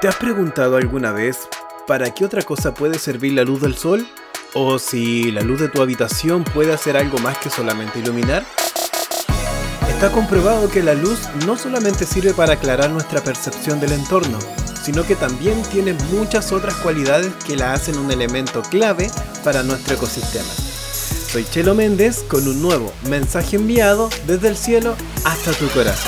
¿Te has preguntado alguna vez para qué otra cosa puede servir la luz del sol? ¿O si la luz de tu habitación puede hacer algo más que solamente iluminar? Está comprobado que la luz no solamente sirve para aclarar nuestra percepción del entorno, sino que también tiene muchas otras cualidades que la hacen un elemento clave para nuestro ecosistema. Soy Chelo Méndez con un nuevo mensaje enviado desde el cielo hasta tu corazón.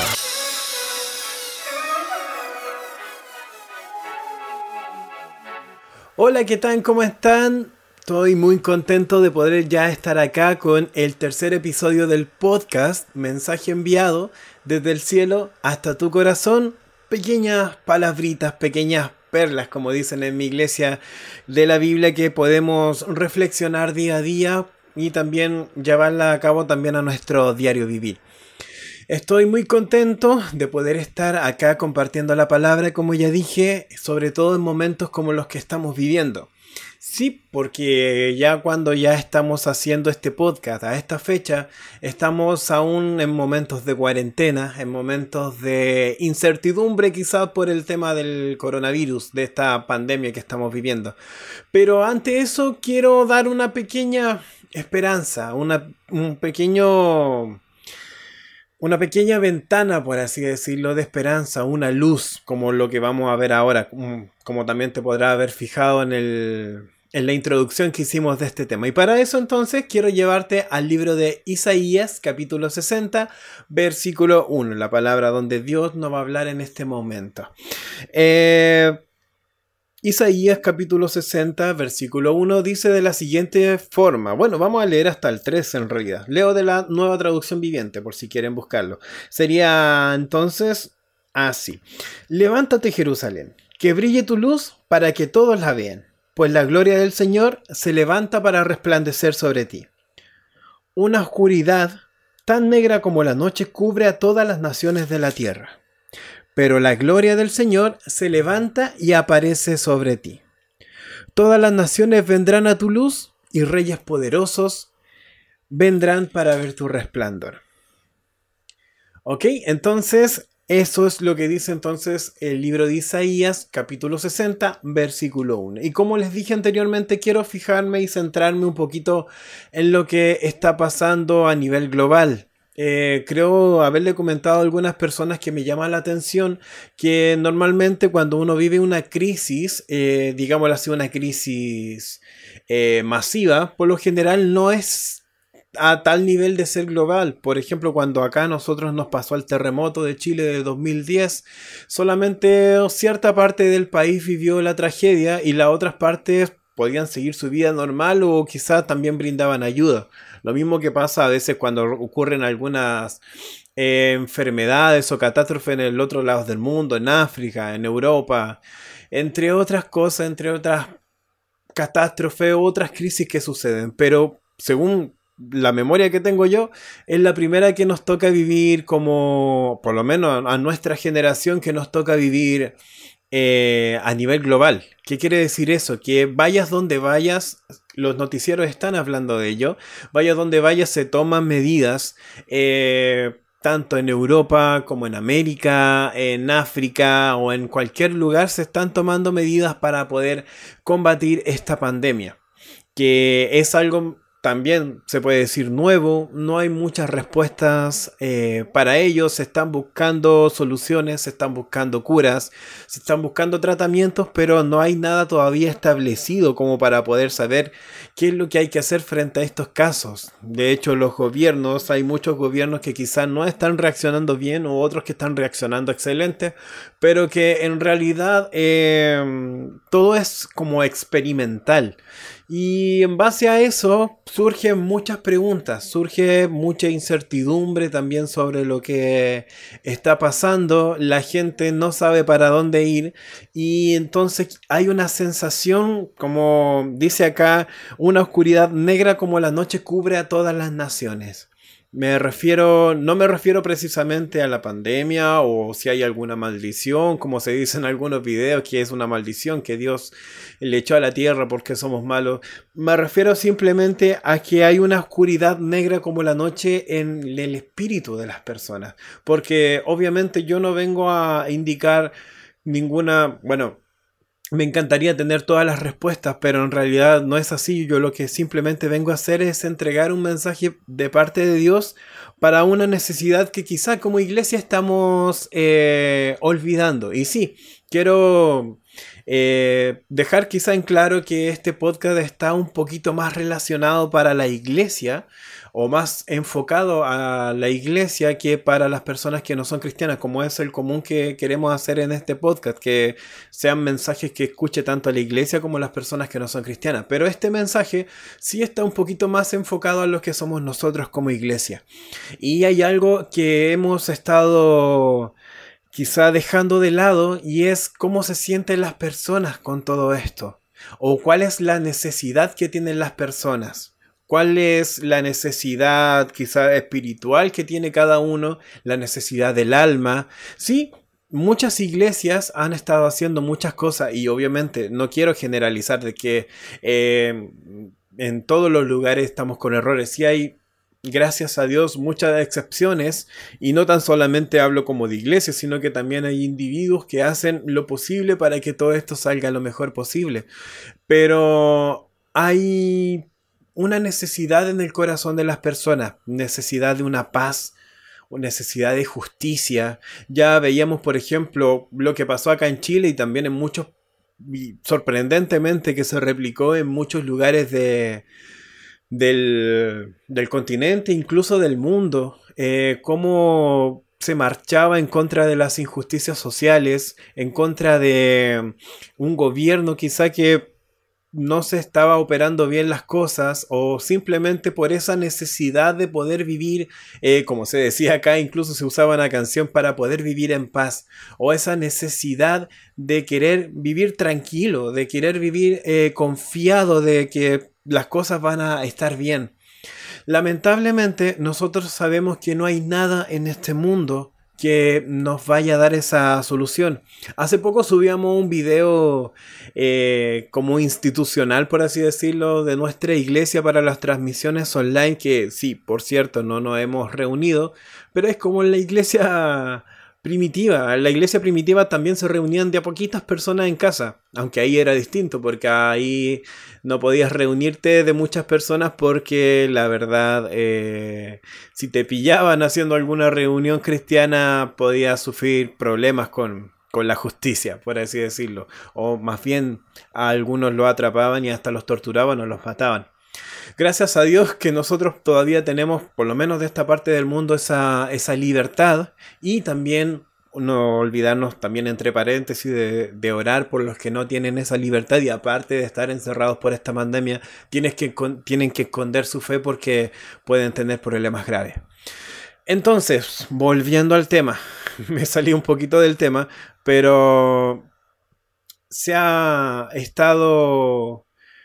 Hola, ¿qué tal? ¿Cómo están? Estoy muy contento de poder ya estar acá con el tercer episodio del podcast Mensaje enviado desde el cielo hasta tu corazón. Pequeñas palabritas, pequeñas perlas, como dicen en mi iglesia de la Biblia, que podemos reflexionar día a día y también llevarla a cabo también a nuestro diario vivir. Estoy muy contento de poder estar acá compartiendo la palabra, como ya dije, sobre todo en momentos como los que estamos viviendo. Sí, porque ya cuando ya estamos haciendo este podcast a esta fecha, estamos aún en momentos de cuarentena, en momentos de incertidumbre quizás por el tema del coronavirus, de esta pandemia que estamos viviendo. Pero ante eso quiero dar una pequeña esperanza, una pequeña ventana, por así decirlo, de esperanza, una luz, como lo que vamos a ver ahora, como también te podrás haber fijado en la introducción que hicimos de este tema. Y para eso entonces quiero llevarte al libro de Isaías, capítulo 60, versículo 1, la palabra donde Dios nos va a hablar en este momento. Isaías capítulo 60, versículo 1 dice de la siguiente forma. Bueno, vamos a leer hasta el 3 en realidad. Leo de la Nueva Traducción Viviente por si quieren buscarlo. Sería entonces así. Levántate, Jerusalén, que brille tu luz para que todos la vean, pues la gloria del Señor se levanta para resplandecer sobre ti. Una oscuridad tan negra como la noche cubre a todas las naciones de la tierra. Pero la gloria del Señor se levanta y aparece sobre ti. Todas las naciones vendrán a tu luz y reyes poderosos vendrán para ver tu resplandor. Ok, entonces eso es lo que dice entonces el libro de Isaías, capítulo 60, versículo 1. Y como les dije anteriormente, quiero fijarme y centrarme un poquito en lo que está pasando a nivel global. Creo haberle comentado a algunas personas que me llama la atención que normalmente cuando uno vive una crisis, digámoslo así, una crisis masiva, por lo general no es a tal nivel de ser global. Por ejemplo, cuando acá a nosotros nos pasó el terremoto de Chile de 2010, solamente cierta parte del país vivió la tragedia y las otras partes podían seguir su vida normal o quizás también brindaban ayuda. Lo mismo que pasa a veces cuando ocurren algunas enfermedades o catástrofes en el otro lado del mundo, en África, en Europa, entre otras cosas, entre otras catástrofes, otras crisis que suceden. Pero según la memoria que tengo yo, es la primera que nos toca vivir como, por lo menos a nuestra generación, que nos toca vivir a nivel global. ¿Qué quiere decir eso? Que vayas donde vayas, los noticieros están hablando de ello, vayas donde vayas se toman medidas, tanto en Europa como en América, en África o en cualquier lugar se están tomando medidas para poder combatir esta pandemia, que es algo también se puede decir nuevo, no hay muchas respuestas para ello, se están buscando soluciones, se están buscando curas, se están buscando tratamientos, pero no hay nada todavía establecido como para poder saber qué es lo que hay que hacer frente a estos casos. De hecho, los gobiernos, hay muchos gobiernos que quizás no están reaccionando bien o otros que están reaccionando excelente, pero que en realidad todo es como experimental. Y en base a eso surgen muchas preguntas, surge mucha incertidumbre también sobre lo que está pasando, la gente no sabe para dónde ir y entonces hay una sensación, como dice acá, una oscuridad negra como la noche cubre a todas las naciones. No me refiero precisamente a la pandemia o si hay alguna maldición, como se dice en algunos videos que es una maldición que Dios le echó a la tierra porque somos malos. Me refiero simplemente a que hay una oscuridad negra como la noche en el espíritu de las personas. Porque obviamente yo no vengo a indicar ninguna, bueno, me encantaría tener todas las respuestas, pero en realidad no es así. Yo lo que simplemente vengo a hacer es entregar un mensaje de parte de Dios para una necesidad que quizá como iglesia estamos olvidando. Y sí, quiero dejar quizá en claro que este podcast está un poquito más relacionado para la iglesia o más enfocado a la iglesia que para las personas que no son cristianas, como es el común que queremos hacer en este podcast, que sean mensajes que escuche tanto a la iglesia como a las personas que no son cristianas. Pero este mensaje sí está un poquito más enfocado a lo que somos nosotros como iglesia. Y hay algo que hemos estado quizá dejando de lado, y es cómo se sienten las personas con todo esto, o cuál es la necesidad que tienen las personas. ¿Cuál es la necesidad quizá espiritual que tiene cada uno? La necesidad del alma. Sí, muchas iglesias han estado haciendo muchas cosas y obviamente no quiero generalizar de que en todos los lugares estamos con errores. Sí hay, gracias a Dios, muchas excepciones, y no tan solamente hablo como de iglesias, sino que también hay individuos que hacen lo posible para que todo esto salga lo mejor posible. Pero hay una necesidad en el corazón de las personas, necesidad de una paz, necesidad de justicia. Ya veíamos, por ejemplo, lo que pasó acá en Chile y también en muchos, y sorprendentemente que se replicó en muchos lugares del continente, incluso del mundo, cómo se marchaba en contra de las injusticias sociales, en contra de un gobierno quizá que no se estaba operando bien las cosas, o simplemente por esa necesidad de poder vivir, como se decía acá, incluso se usaba una canción, para poder vivir en paz, o esa necesidad de querer vivir tranquilo, de querer vivir confiado de que las cosas van a estar bien. Lamentablemente nosotros sabemos que no hay nada en este mundo que nos vaya a dar esa solución. Hace poco subíamos un video como institucional, por así decirlo, de nuestra iglesia para las transmisiones online, que sí, por cierto, no nos hemos reunido, pero es como la iglesia primitiva. En la iglesia primitiva también se reunían de a poquitas personas en casa, aunque ahí era distinto, porque ahí no podías reunirte de muchas personas porque la verdad, si te pillaban haciendo alguna reunión cristiana, podías sufrir problemas con la justicia, por así decirlo. O más bien a algunos los atrapaban y hasta los torturaban o los mataban. Gracias a Dios que nosotros todavía tenemos, por lo menos de esta parte del mundo, esa libertad, y también no olvidarnos también entre paréntesis de orar por los que no tienen esa libertad, y aparte de estar encerrados por esta pandemia, tienen que esconder su fe porque pueden tener problemas graves. Entonces, volviendo al tema, me salí un poquito del tema, pero se ha estado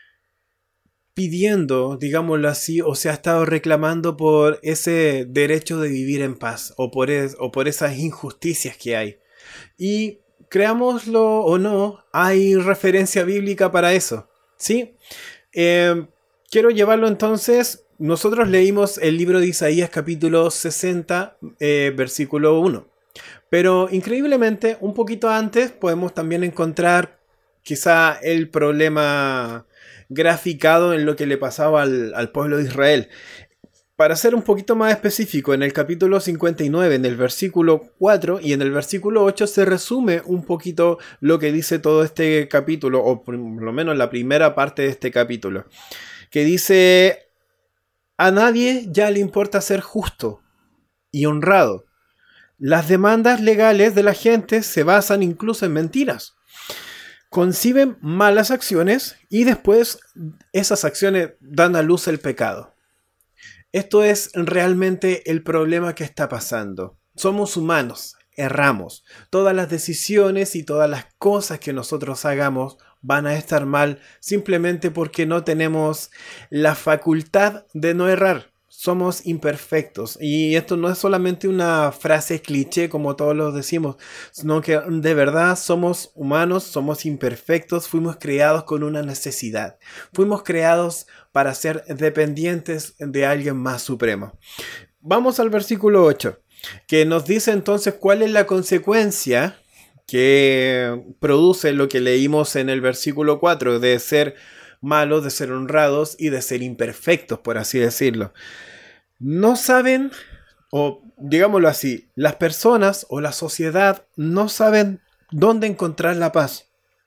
pidiendo, digámoslo así, o se ha estado reclamando por ese derecho de vivir en paz, o por esas injusticias que hay. Y creámoslo o no, hay referencia bíblica para eso, ¿sí? Quiero llevarlo entonces. Nosotros leímos el libro de Isaías capítulo 60, versículo 1. Pero increíblemente, un poquito antes podemos también encontrar quizá el problema graficado en lo que le pasaba al pueblo de Israel. Para ser un poquito más específico, en el capítulo 59, en el versículo 4 y en el versículo 8 se resume un poquito lo que dice todo este capítulo, o por lo menos la primera parte de este capítulo, que dice: a nadie ya le importa ser justo y honrado. Las demandas legales de la gente se basan incluso en mentiras. Conciben malas acciones y después esas acciones dan a luz el pecado. Esto es realmente el problema que está pasando. Somos humanos, erramos. Todas las decisiones y todas las cosas que nosotros hagamos van a estar mal simplemente porque no tenemos la facultad de no errar. Somos imperfectos, y esto no es solamente una frase cliché como todos lo decimos, sino que de verdad somos humanos, somos imperfectos, fuimos creados con una necesidad, fuimos creados para ser dependientes de alguien más supremo. Vamos al versículo 8, que nos dice entonces cuál es la consecuencia que produce lo que leímos en el versículo 4, de ser malos, de ser honrados y de ser imperfectos, por así decirlo. No saben, o digámoslo así, las personas o la sociedad no saben dónde encontrar la paz.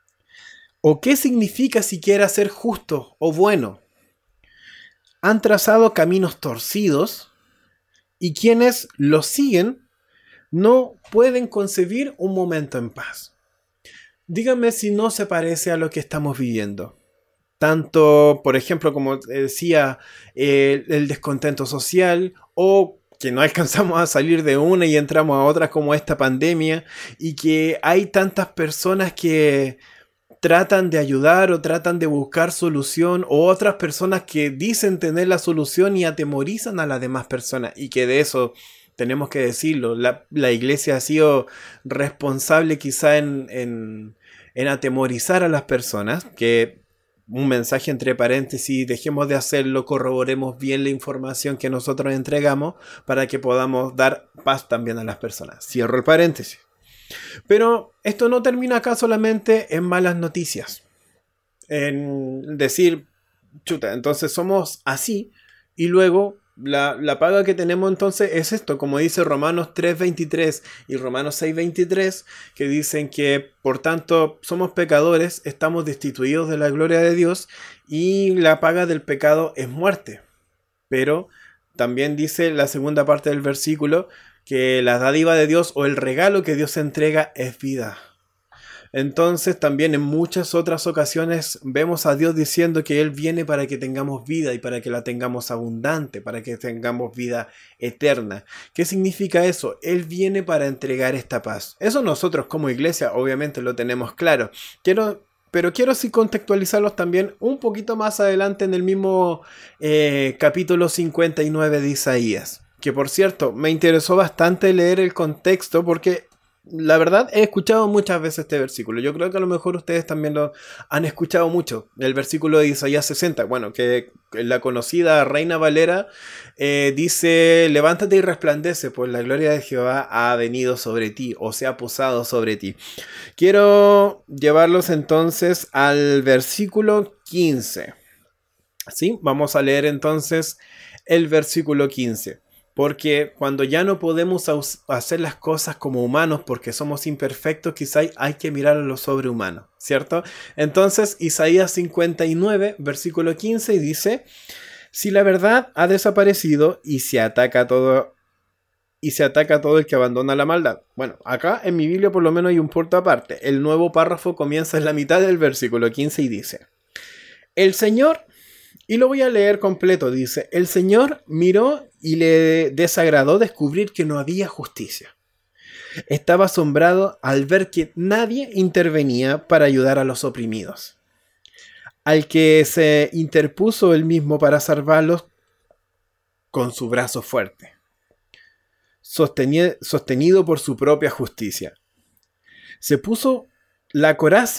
O qué significa siquiera ser justo o bueno. Han trazado caminos torcidos y quienes los siguen no pueden concebir un momento en paz. Díganme si no se parece a lo que estamos viviendo. Tanto, por ejemplo, como decía, el descontento social, o que no alcanzamos a salir de una y entramos a otra como esta pandemia, y que hay tantas personas que tratan de ayudar o tratan de buscar solución, o otras personas que dicen tener la solución y atemorizan a las demás personas, y que de eso tenemos que decirlo, la iglesia ha sido responsable quizá en atemorizar a las personas, que un mensaje entre paréntesis, dejemos de hacerlo, corroboremos bien la información que nosotros entregamos para que podamos dar paz también a las personas. Cierro el paréntesis. Pero esto no termina acá solamente en malas noticias. En decir, chuta, entonces somos así y luego la paga que tenemos entonces es esto, como dice Romanos 3:23 y Romanos 6:23, que dicen que por tanto somos pecadores, estamos destituidos de la gloria de Dios y la paga del pecado es muerte. Pero también dice la segunda parte del versículo que la dádiva de Dios o el regalo que Dios entrega es vida. Entonces también en muchas otras ocasiones vemos a Dios diciendo que Él viene para que tengamos vida y para que la tengamos abundante, para que tengamos vida eterna. ¿Qué significa eso? Él viene para entregar esta paz. Eso nosotros como iglesia obviamente lo tenemos claro. Pero quiero sí contextualizarlos también un poquito más adelante en el mismo capítulo 59 de Isaías. Que por cierto, me interesó bastante leer el contexto porque la verdad he escuchado muchas veces este versículo. Yo creo que a lo mejor ustedes también lo han escuchado mucho. El versículo de Isaías 60, bueno, que la conocida Reina Valera dice: levántate y resplandece, pues la gloria de Jehová ha venido sobre ti, o se ha posado sobre ti. Quiero llevarlos entonces al versículo 15. ¿Sí? Vamos a leer entonces el versículo 15. Porque cuando ya no podemos hacer las cosas como humanos porque somos imperfectos, quizá hay que mirar a lo sobrehumano, ¿cierto? Entonces Isaías 59, versículo 15 dice: si la verdad ha desaparecido y se ataca a todo el que abandona la maldad. Bueno, acá en mi Biblia por lo menos hay un punto aparte. El nuevo párrafo comienza en la mitad del versículo 15 y dice: el Señor... Y lo voy a leer completo, dice: el Señor miró y le desagradó descubrir que no había justicia. Estaba asombrado al ver que nadie intervenía para ayudar a los oprimidos. Al que se interpuso él mismo para salvarlos con su brazo fuerte, sostenido por su propia justicia. Se puso la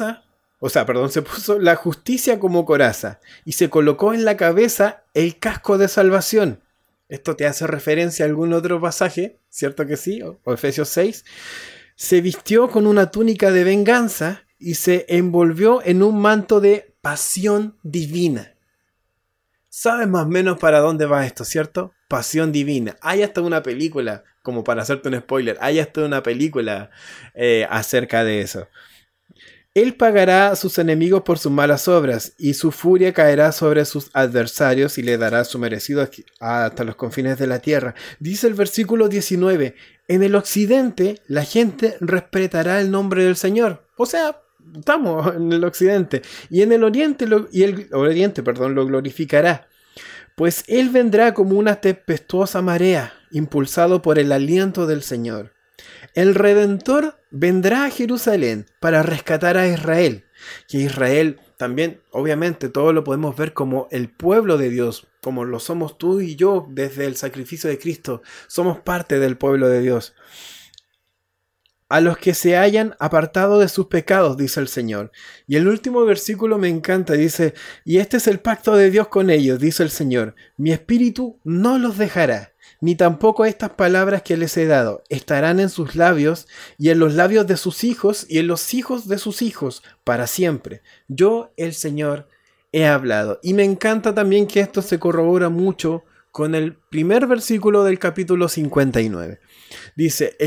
justicia como coraza y se colocó en la cabeza el casco de salvación. Esto te hace referencia a algún otro pasaje, ¿cierto que sí? O Efesios 6. Se vistió con una túnica de venganza y se envolvió en un manto de pasión divina. ¿Sabes más o menos para dónde va esto, cierto? Pasión divina. Hay hasta una película, como para hacerte un spoiler, hay hasta una película acerca de eso. Él pagará a sus enemigos por sus malas obras, y su furia caerá sobre sus adversarios y le dará su merecido hasta los confines de la tierra. Dice el versículo 19, en el occidente la gente respetará el nombre del Señor. O sea, estamos en el occidente. Y en el oriente lo glorificará. Pues Él vendrá como una tempestuosa marea, impulsado por el aliento del Señor. El Redentor vendrá a Jerusalén para rescatar a Israel. Que Israel también, obviamente, todo lo podemos ver como el pueblo de Dios, como lo somos tú y yo desde el sacrificio de Cristo. Somos parte del pueblo de Dios. a los que se hayan apartado de sus pecados, dice el Señor. Y el último versículo me encanta, dice, y este es el pacto de Dios con ellos, dice el Señor, mi espíritu no los dejará, ni tampoco estas palabras que les he dado, estarán en sus labios, y en los labios de sus hijos, y en los hijos de sus hijos, para siempre. Yo, el Señor, he hablado. Y me encanta también que esto se corrobora mucho con el primer versículo del capítulo 59. Dice,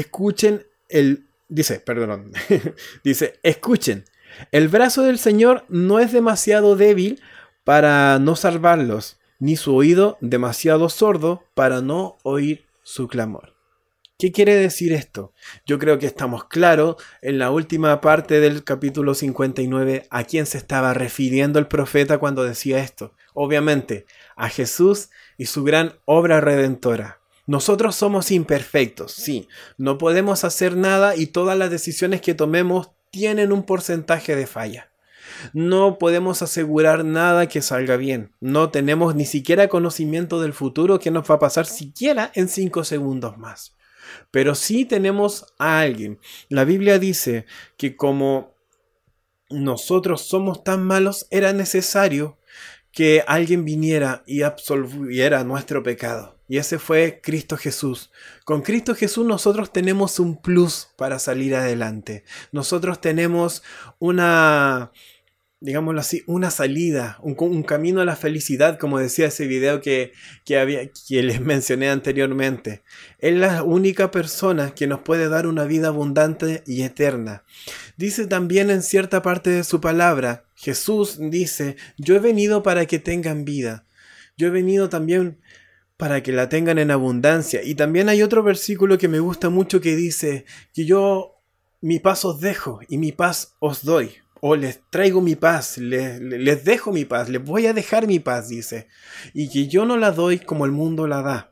dice, escuchen, el brazo del Señor no es demasiado débil para no salvarlos, ni su oído demasiado sordo para no oír su clamor. ¿Qué quiere decir esto? Yo creo que estamos claros en la última parte del capítulo 59 a quién se estaba refiriendo el profeta cuando decía esto. Obviamente, a Jesús y su gran obra redentora. Nosotros somos imperfectos, sí, no podemos hacer nada y todas las decisiones que tomemos tienen un porcentaje de falla. No podemos asegurar nada que salga bien. No tenemos ni siquiera conocimiento del futuro que nos va a pasar siquiera en 5 segundos más. Pero sí tenemos a alguien. La Biblia dice que como nosotros somos tan malos, era necesario que alguien viniera y absolviera nuestro pecado. Y ese fue Cristo Jesús. Con Cristo Jesús nosotros tenemos un plus para salir adelante. Nosotros tenemos una, digámoslo así, una salida, un camino a la felicidad, como decía ese video que les mencioné anteriormente. Es la única persona que nos puede dar una vida abundante y eterna. Dice también en cierta parte de su palabra, Jesús dice, yo he venido para que tengan vida. Yo he venido también para que la tengan en abundancia. Y también hay otro versículo que me gusta mucho que dice que yo mi paz os dejo y mi paz os doy. O les traigo mi paz, les dejo mi paz, les voy a dejar mi paz, dice. Y que yo no la doy como el mundo la da.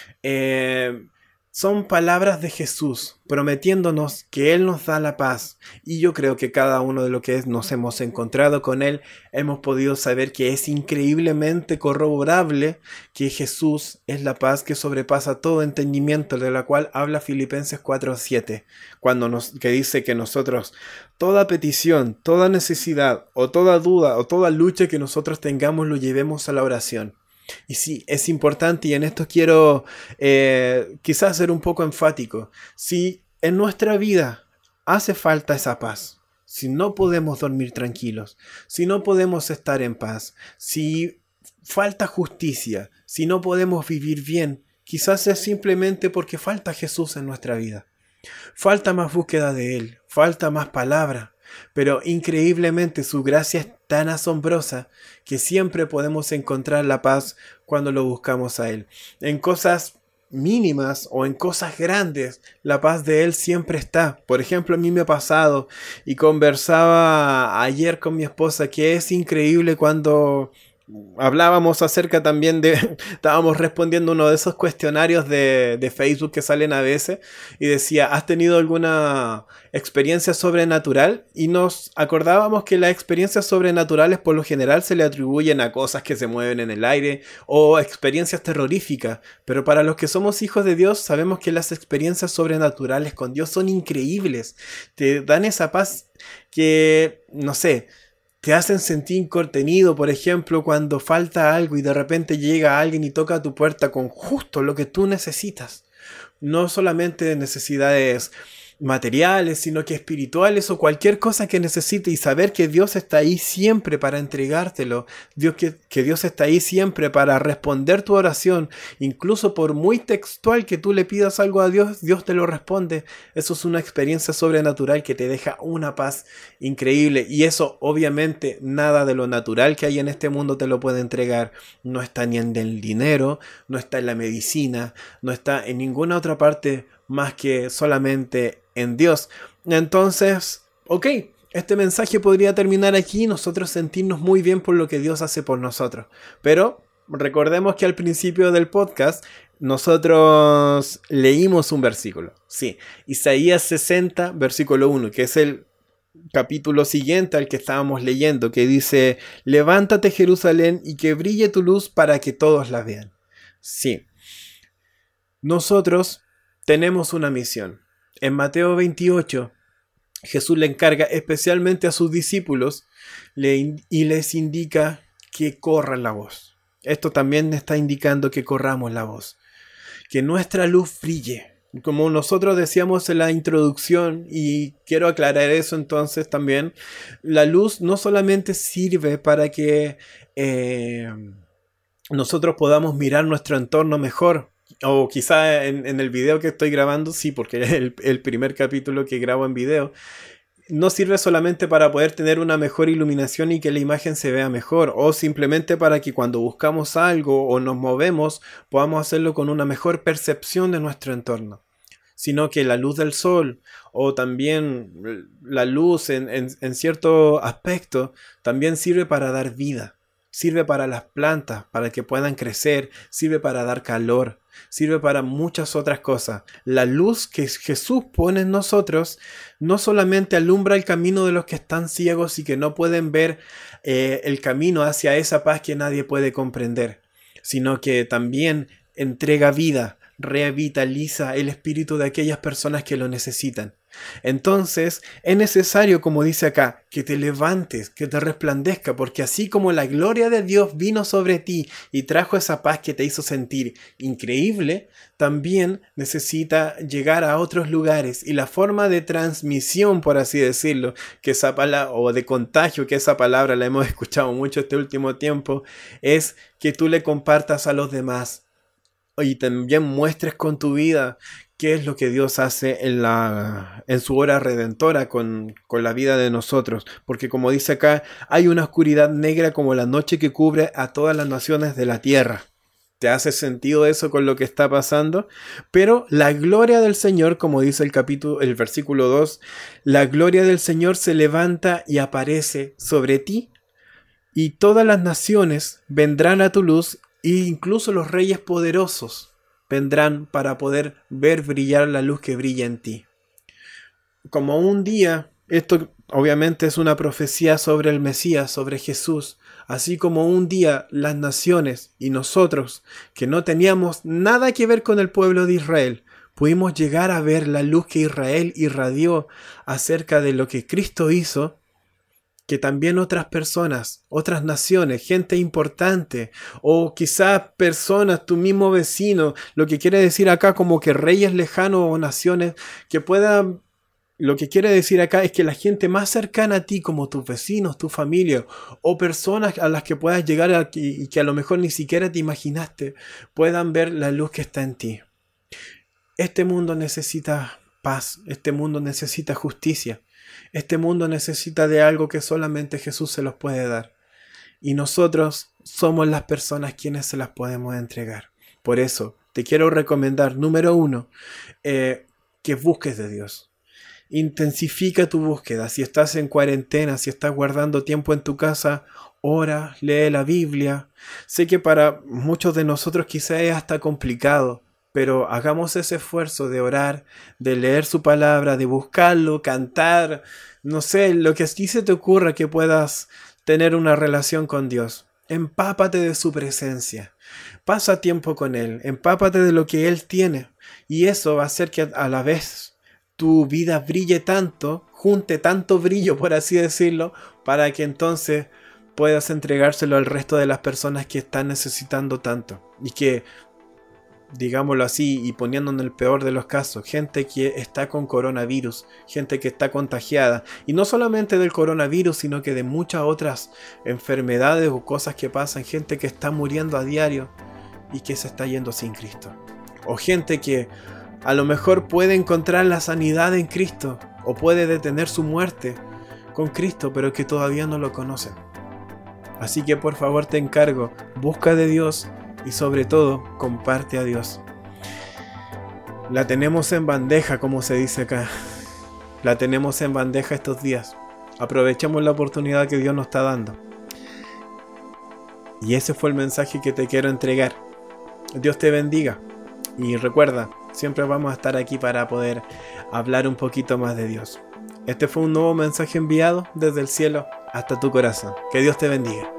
Son palabras de Jesús prometiéndonos que Él nos da la paz. Y yo creo que cada uno de los que nos hemos encontrado con Él hemos podido saber que es increíblemente corroborable que Jesús es la paz que sobrepasa todo entendimiento, de la cual habla Filipenses 4:7, que dice que nosotros, toda petición, toda necesidad o toda duda o toda lucha que nosotros tengamos, lo llevemos a la oración. Y sí, es importante, y en esto quiero quizás ser un poco enfático. Si en nuestra vida hace falta esa paz, si no podemos dormir tranquilos, si no podemos estar en paz, si falta justicia, si no podemos vivir bien, quizás es simplemente porque falta Jesús en nuestra vida. Falta más búsqueda de Él, falta más palabra. Pero increíblemente su gracia es tan asombrosa que siempre podemos encontrar la paz cuando lo buscamos a Él. En cosas mínimas o en cosas grandes, la paz de Él siempre está. Por ejemplo, a mí me ha pasado y conversaba ayer con mi esposa que es increíble cuando hablábamos acerca también estábamos respondiendo uno de esos cuestionarios de Facebook que salen a veces y decía, ¿has tenido alguna experiencia sobrenatural? Y nos acordábamos que las experiencias sobrenaturales por lo general se le atribuyen a cosas que se mueven en el aire o experiencias terroríficas, pero para los que somos hijos de Dios sabemos que las experiencias sobrenaturales con Dios son increíbles, te dan esa paz que, no sé, te hacen sentir contenido, por ejemplo, cuando falta algo y de repente llega alguien y toca a tu puerta con justo lo que tú necesitas. No solamente necesidades materiales, sino que espirituales o cualquier cosa que necesite, y saber que Dios está ahí siempre para entregártelo, que Dios está ahí siempre para responder tu oración, incluso por muy textual que tú le pidas algo a Dios, Dios te lo responde. Eso es una experiencia sobrenatural que te deja una paz increíble, y eso obviamente nada de lo natural que hay en este mundo te lo puede entregar. No está ni en el dinero, no está en la medicina, no está en ninguna otra parte más que solamente en Dios. Entonces, ok, este mensaje podría terminar aquí, nosotros sentirnos muy bien por lo que Dios hace por nosotros. Pero recordemos que al principio del podcast nosotros leímos un versículo. Sí, Isaías 60, versículo 1, que es el capítulo siguiente al que estábamos leyendo, que dice, levántate Jerusalén y que brille tu luz para que todos la vean. Sí, nosotros tenemos una misión. En Mateo 28, Jesús le encarga especialmente a sus discípulos y les indica que corran la voz. Esto también está indicando que corramos la voz. Que nuestra luz brille. Como nosotros decíamos en la introducción, y quiero aclarar eso entonces también, la luz no solamente sirve para que nosotros podamos mirar nuestro entorno mejor, o quizá en el video que estoy grabando, sí, porque es el primer capítulo que grabo en video. No sirve solamente para poder tener una mejor iluminación y que la imagen se vea mejor, o simplemente para que cuando buscamos algo o nos movemos podamos hacerlo con una mejor percepción de nuestro entorno, sino que la luz del sol o también la luz en cierto aspecto también sirve para dar vida, sirve para las plantas, para que puedan crecer, sirve para dar calor, sirve para muchas otras cosas. La luz que Jesús pone en nosotros no solamente alumbra el camino de los que están ciegos y que no pueden ver el camino hacia esa paz que nadie puede comprender, sino que también entrega vida, revitaliza el espíritu de aquellas personas que lo necesitan. Entonces es necesario, como dice acá, que te levantes, que te resplandezca, porque así como la gloria de Dios vino sobre ti y trajo esa paz que te hizo sentir increíble, también necesita llegar a otros lugares, y la forma de transmisión, por así decirlo, que esa palabra, o de contagio, que esa palabra la hemos escuchado mucho este último tiempo, es que tú le compartas a los demás y también muestres con tu vida qué es lo que Dios hace en su obra redentora con la vida de nosotros. Porque como dice acá, hay una oscuridad negra como la noche que cubre a todas las naciones de la tierra. ¿Te hace sentido eso con lo que está pasando? Pero la gloria del Señor, como dice el versículo 2, la gloria del Señor se levanta y aparece sobre ti, y todas las naciones vendrán a tu luz, e incluso los reyes poderosos vendrán para poder ver brillar la luz que brilla en ti. Como un día, esto obviamente es una profecía sobre el Mesías, sobre Jesús, así como un día las naciones y nosotros, que no teníamos nada que ver con el pueblo de Israel, pudimos llegar a ver la luz que Israel irradió acerca de lo que Cristo hizo, que también otras personas, otras naciones, gente importante, o quizás personas, tu mismo vecino, lo que quiere decir acá como que reyes lejanos o naciones, que puedan, lo que quiere decir acá es que la gente más cercana a ti, como tus vecinos, tu familia, o personas a las que puedas llegar y que a lo mejor ni siquiera te imaginaste, puedan ver la luz que está en ti. Este mundo necesita paz, este mundo necesita justicia. Este mundo necesita de algo que solamente Jesús se los puede dar. Y nosotros somos las personas quienes se las podemos entregar. Por eso te quiero recomendar, número 1, que busques de Dios. Intensifica tu búsqueda. Si estás en cuarentena, si estás guardando tiempo en tu casa, ora, lee la Biblia. Sé que para muchos de nosotros quizá es hasta complicado, pero hagamos ese esfuerzo de orar, de leer su palabra, de buscarlo, cantar, no sé, lo que así se te ocurra que puedas tener una relación con Dios. Empápate de su presencia, pasa tiempo con Él, empápate de lo que Él tiene, y eso va a hacer que a la vez tu vida brille tanto, junte tanto brillo, por así decirlo, para que entonces puedas entregárselo al resto de las personas que están necesitando tanto, y que, digámoslo así, y poniendo en el peor de los casos, gente que está con coronavirus, gente que está contagiada, y no solamente del coronavirus, sino que de muchas otras enfermedades o cosas que pasan, gente que está muriendo a diario y que se está yendo sin Cristo, o gente que a lo mejor puede encontrar la sanidad en Cristo, o puede detener su muerte con Cristo, pero que todavía no lo conocen. Así que por favor te encargo, busca de Dios, y sobre todo, comparte a Dios. La tenemos en bandeja, como se dice acá. La tenemos en bandeja estos días. Aprovechemos la oportunidad que Dios nos está dando. Y ese fue el mensaje que te quiero entregar. Dios te bendiga. Y recuerda, siempre vamos a estar aquí para poder hablar un poquito más de Dios. Este fue un nuevo mensaje enviado desde el cielo hasta tu corazón. Que Dios te bendiga.